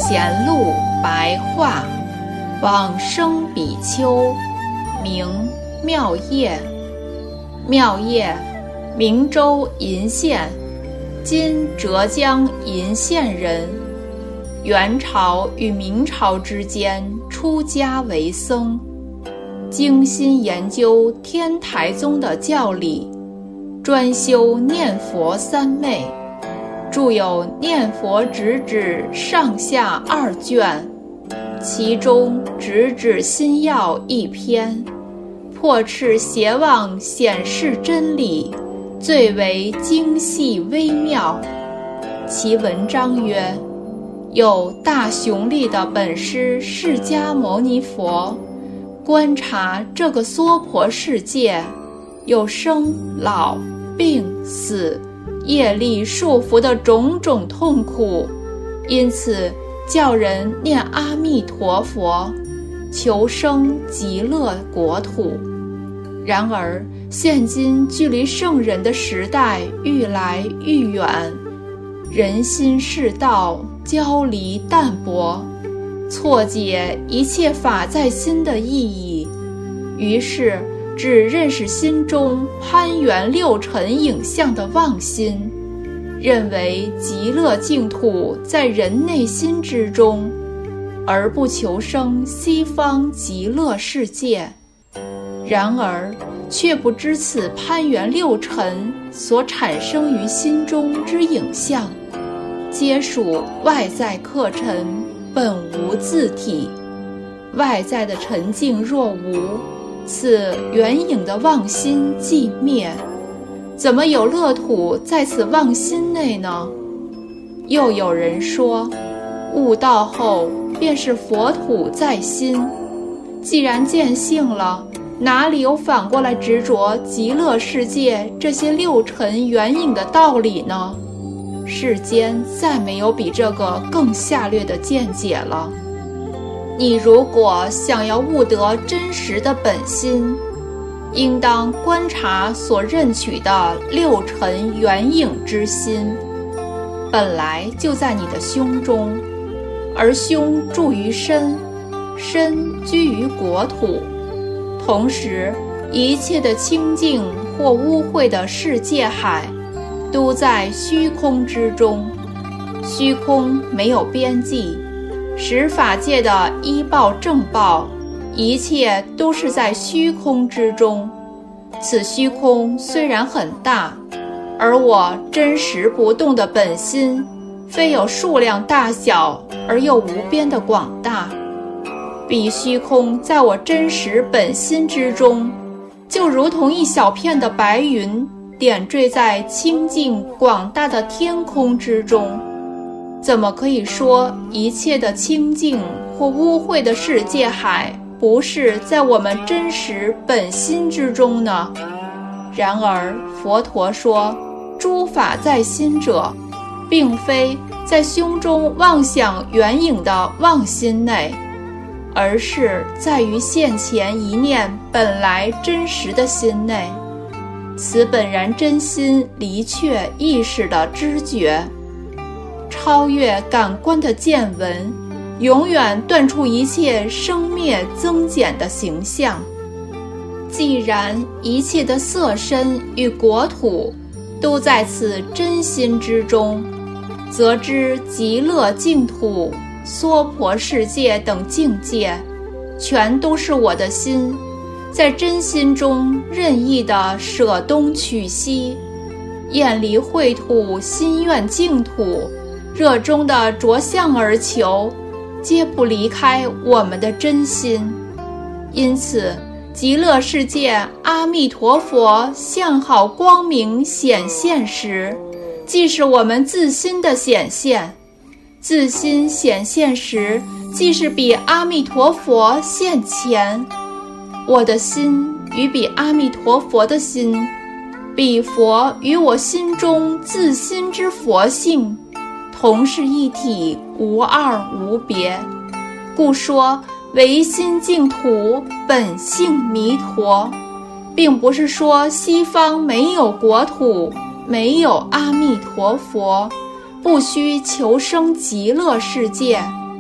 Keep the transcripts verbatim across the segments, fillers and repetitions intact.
贤录白话，往生比丘，名妙业。妙业，明州鄞县，今浙江鄞县人。元朝与明朝之间出家为僧，精心研究天台宗的教理，专修念佛三昧，著有《念佛直指》上下二卷，其中《直指心要》一篇，破斥邪妄显示真理，最为精细微妙。其文章曰：有大雄力的本师释迦牟尼佛，观察这个娑婆世界，有生老病死业力束缚的种种痛苦，因此叫人念阿弥陀佛，求生极乐国土。然而现今距离圣人的时代愈来愈远，人心世道交离淡薄，错解一切法在心的意义，于是只认识心中攀缘六尘影像的妄心，认为极乐净土在人内心之中，而不求生西方极乐世界。然而却不知此攀缘六尘所产生于心中之影像，皆属外在客尘，本无自体。外在的沉静若无，此缘影的妄心寂灭，怎么有乐土在此妄心内呢？又有人说，悟道后便是佛土在心，既然见性了，哪里有反过来执着极乐世界这些六尘缘影的道理呢？世间再没有比这个更下劣的见解了。你如果想要悟得真实的本心，应当观察所认取的六尘缘影之心，本来就在你的胸中，而胸住于身，身居于国土。同时，一切的清净或污秽的世界海，都在虚空之中。虚空没有边际，十法界的依报正报，一切都是在虚空之中。此虚空虽然很大，而我真实不动的本心，非有数量大小，而又无边的广大。彼虚空在我真实本心之中，就如同一小片的白云，点缀在清净广大的天空之中。怎么可以说一切的清净或污秽的世界海不是在我们真实本心之中呢？然而佛陀说，诸法在心者，并非在胸中妄想缘影的妄心内，而是在于现前一念本来真实的心内。此本然真心离却意识的知觉，超越感官的见闻，永远断除一切生灭增减的形象。既然一切的色身与国土都在此真心之中，则知极乐净土、娑婆世界等境界，全都是我的心在真心中任意的舍东取西，厌离秽土，心愿净土，热衷的着相而求，皆不离开我们的真心。因此极乐世界阿弥陀佛相好光明显现时，即是我们自心的显现。自心显现时，即是比阿弥陀佛现前。我的心与比阿弥陀佛的心，彼佛与我心中自心之佛性，同是一体，无二无别。故说唯心净土，本性弥陀，并不是说西方没有国土，没有阿弥陀佛，不须求生极乐世界，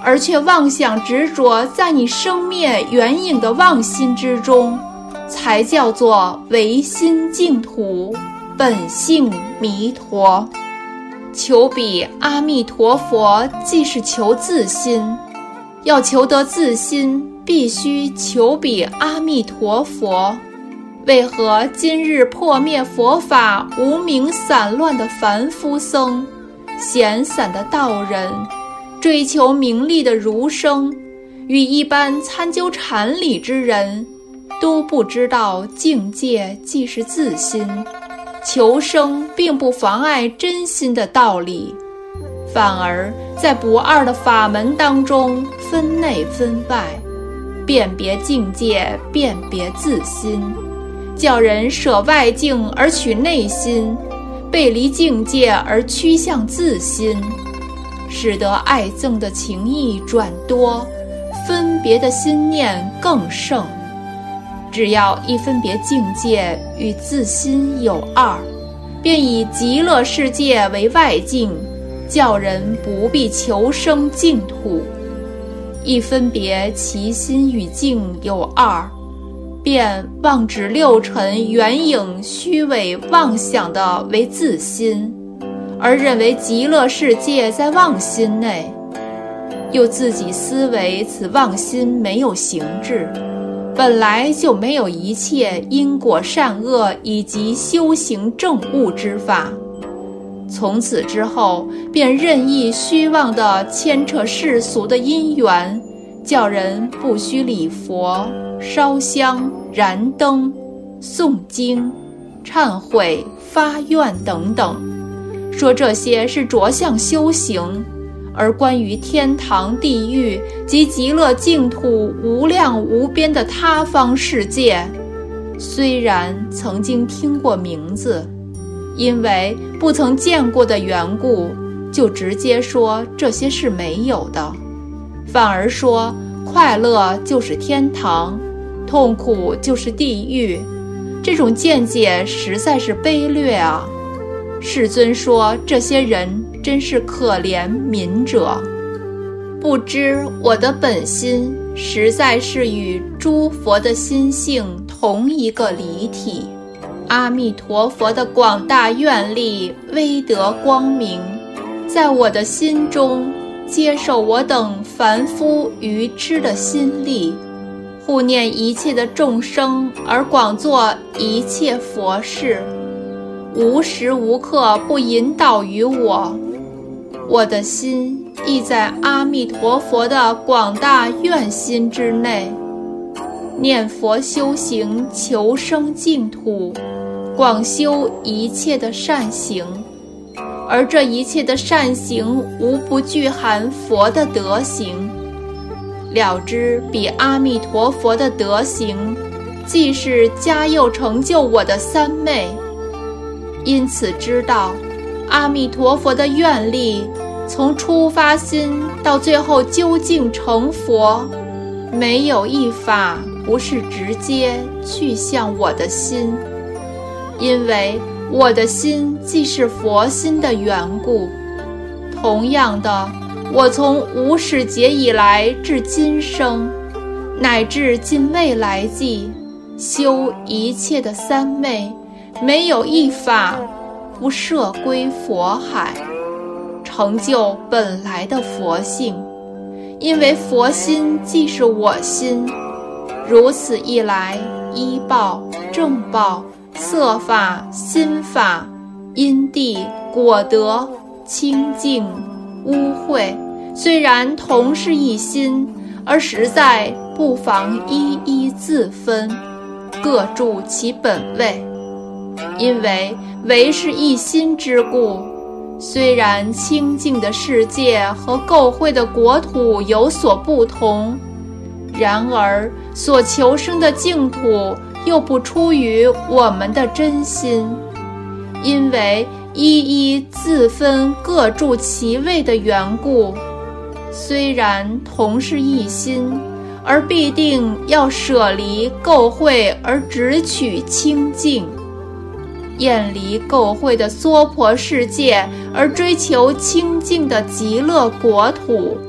而却妄想执着在你生灭缘影的妄心之中，才叫做唯心净土，本性弥陀。求彼阿弥陀佛，即是求自心。要求得自心，必须求彼阿弥陀佛。为何今日破灭佛法无名散乱的凡夫僧，闲散的道人，追求名利的儒生，与一般参究禅理之人，都不知道境界即是自心，求生并不妨碍真心的道理，反而在不二的法门当中分内分外，辨别境界，辨别自心，叫人舍外境而取内心，背离境界而趋向自心，使得爱憎的情意转多，分别的心念更盛。只要一分别境界与自心有二，便以极乐世界为外境，叫人不必求生净土；一分别其心与境有二，便妄指六尘缘影虚伪妄想的为自心，而认为极乐世界在妄心内，又自己思维此妄心没有形质，本来就没有一切因果善恶以及修行正悟之法。从此之后，便任意虚妄地牵扯世俗的因缘，叫人不须礼佛、烧香、燃灯、诵经、忏悔、发愿等等，说这些是着相修行。而关于天堂、地狱及极乐净土无量无边的他方世界，虽然曾经听过名字，因为不曾见过的缘故，就直接说这些是没有的，反而说快乐就是天堂，痛苦就是地狱。这种见解实在是卑劣啊！世尊说这些人真是可怜悯者，不知我的本心实在是与诸佛的心性同一个离体。阿弥陀佛的广大愿力威德光明，在我的心中接受我等凡夫愚痴的心力，护念一切的众生而广作一切佛事，无时无刻不引导于我。我的心亦在阿弥陀佛的广大愿心之内，念佛修行，求生净土，广修一切的善行，而这一切的善行无不具含佛的德行。了知彼阿弥陀佛的德行，既是加佑成就我的三昧，因此知道阿弥陀佛的愿力，从出发心到最后究竟成佛，没有一法不是直接去向我的心，因为我的心既是佛心的缘故。同样的，我从无始劫以来至今生，乃至近未来际，修一切的三昧，没有一法不摄归佛海，成就本来的佛性。因为佛心即是我心，如此一来，依报、正报、色法、心法、因地、果德、清净、污秽，虽然同是一心，而实在不妨一一自分，各住其本位。因为唯是一心之故，虽然清净的世界和垢秽的国土有所不同，然而所求生的净土又不出于我们的真心，因为一一自分各住其位的缘故，虽然同是一心，而必定要舍离垢秽而只取清净，厌离垢秽的娑婆世界而追求清净的极乐国土，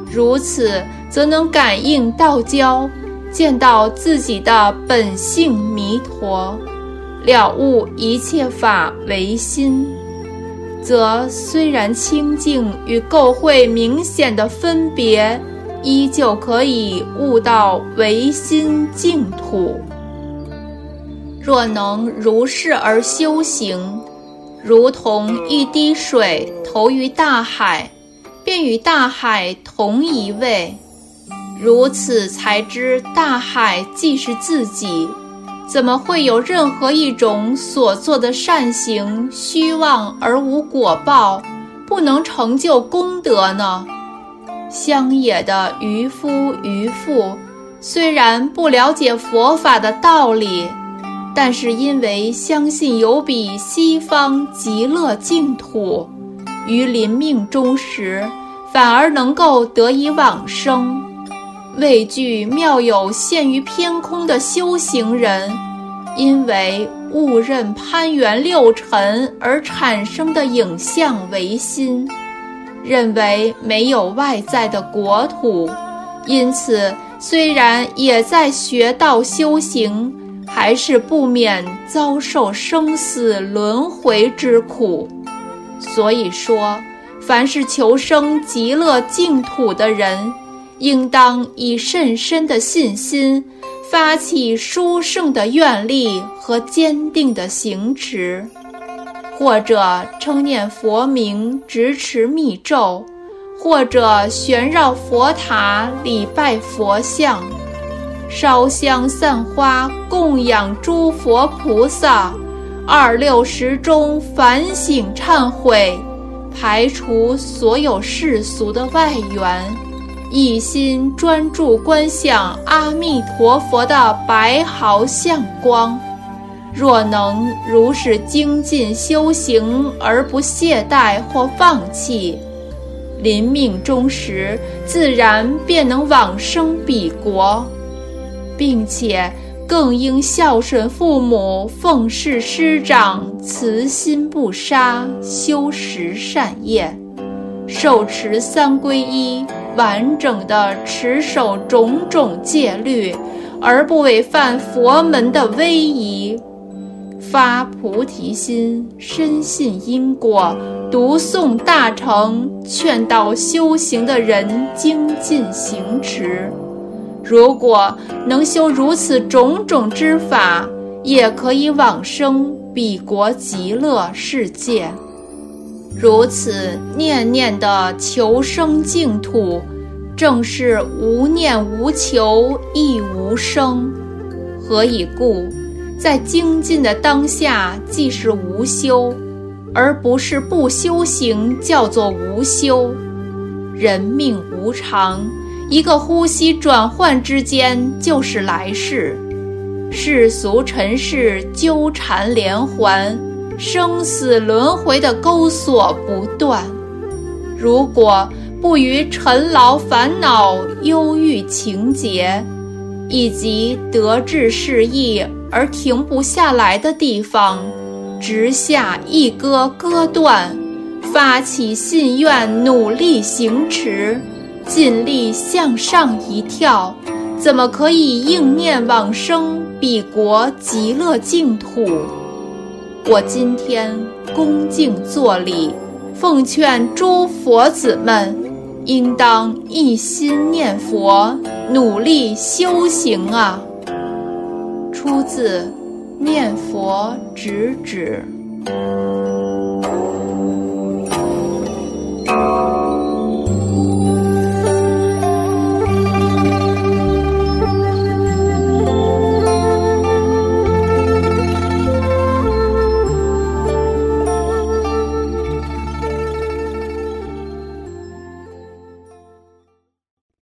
如此则能感应道交，见到自己的本性弥陀，了悟一切法唯心，则虽然清净与垢秽明显的分别，依旧可以悟到唯心净土。若能如是而修行，如同一滴水投于大海，便与大海同一位，如此才知大海即是自己，怎么会有任何一种所做的善行虚妄而无果报，不能成就功德呢？乡野的渔夫渔妇虽然不了解佛法的道理，但是因为相信有比西方极乐净土，于临命终时反而能够得以往生。畏惧妙有现于偏空的修行人，因为误认攀缘六尘而产生的影像为心，认为没有外在的国土，因此虽然也在学道修行，还是不免遭受生死轮回之苦。所以说，凡是求生极乐净土的人，应当以甚深的信心，发起殊胜的愿力和坚定的行持，或者称念佛名，直持密咒，或者旋绕佛塔，礼拜佛像，烧香散花，供养诸佛菩萨，二六时中反省忏悔，排除所有世俗的外缘，一心专注观想阿弥陀佛的白毫相光。若能如是精进修行而不懈怠或放弃，临命终时自然便能往生彼国，并且更应孝顺父母，奉事师长，慈心不杀，修十善业，受持三皈依，完整地持守种种戒律，而不违犯佛门的威仪，发菩提心，深信因果，读诵大乘，劝导修行的人精进行持。如果能修如此种种之法，也可以往生彼国极乐世界。如此念念的求生净土，正是无念无求亦无生。何以故？在精进的当下，即是无修，而不是不修行叫做无修。人命无常，一个呼吸转换之间就是来世，世俗尘世纠缠连环，生死轮回的钩索不断。如果不于尘劳烦恼、忧郁情结，以及得志事意而停不下来的地方，直下一割割断，发起信愿，努力行持，尽力向上一跳，怎么可以应念往生彼国极乐净土？我今天恭敬作礼，奉劝诸佛子们，应当一心念佛，努力修行啊！出自《念佛直指》。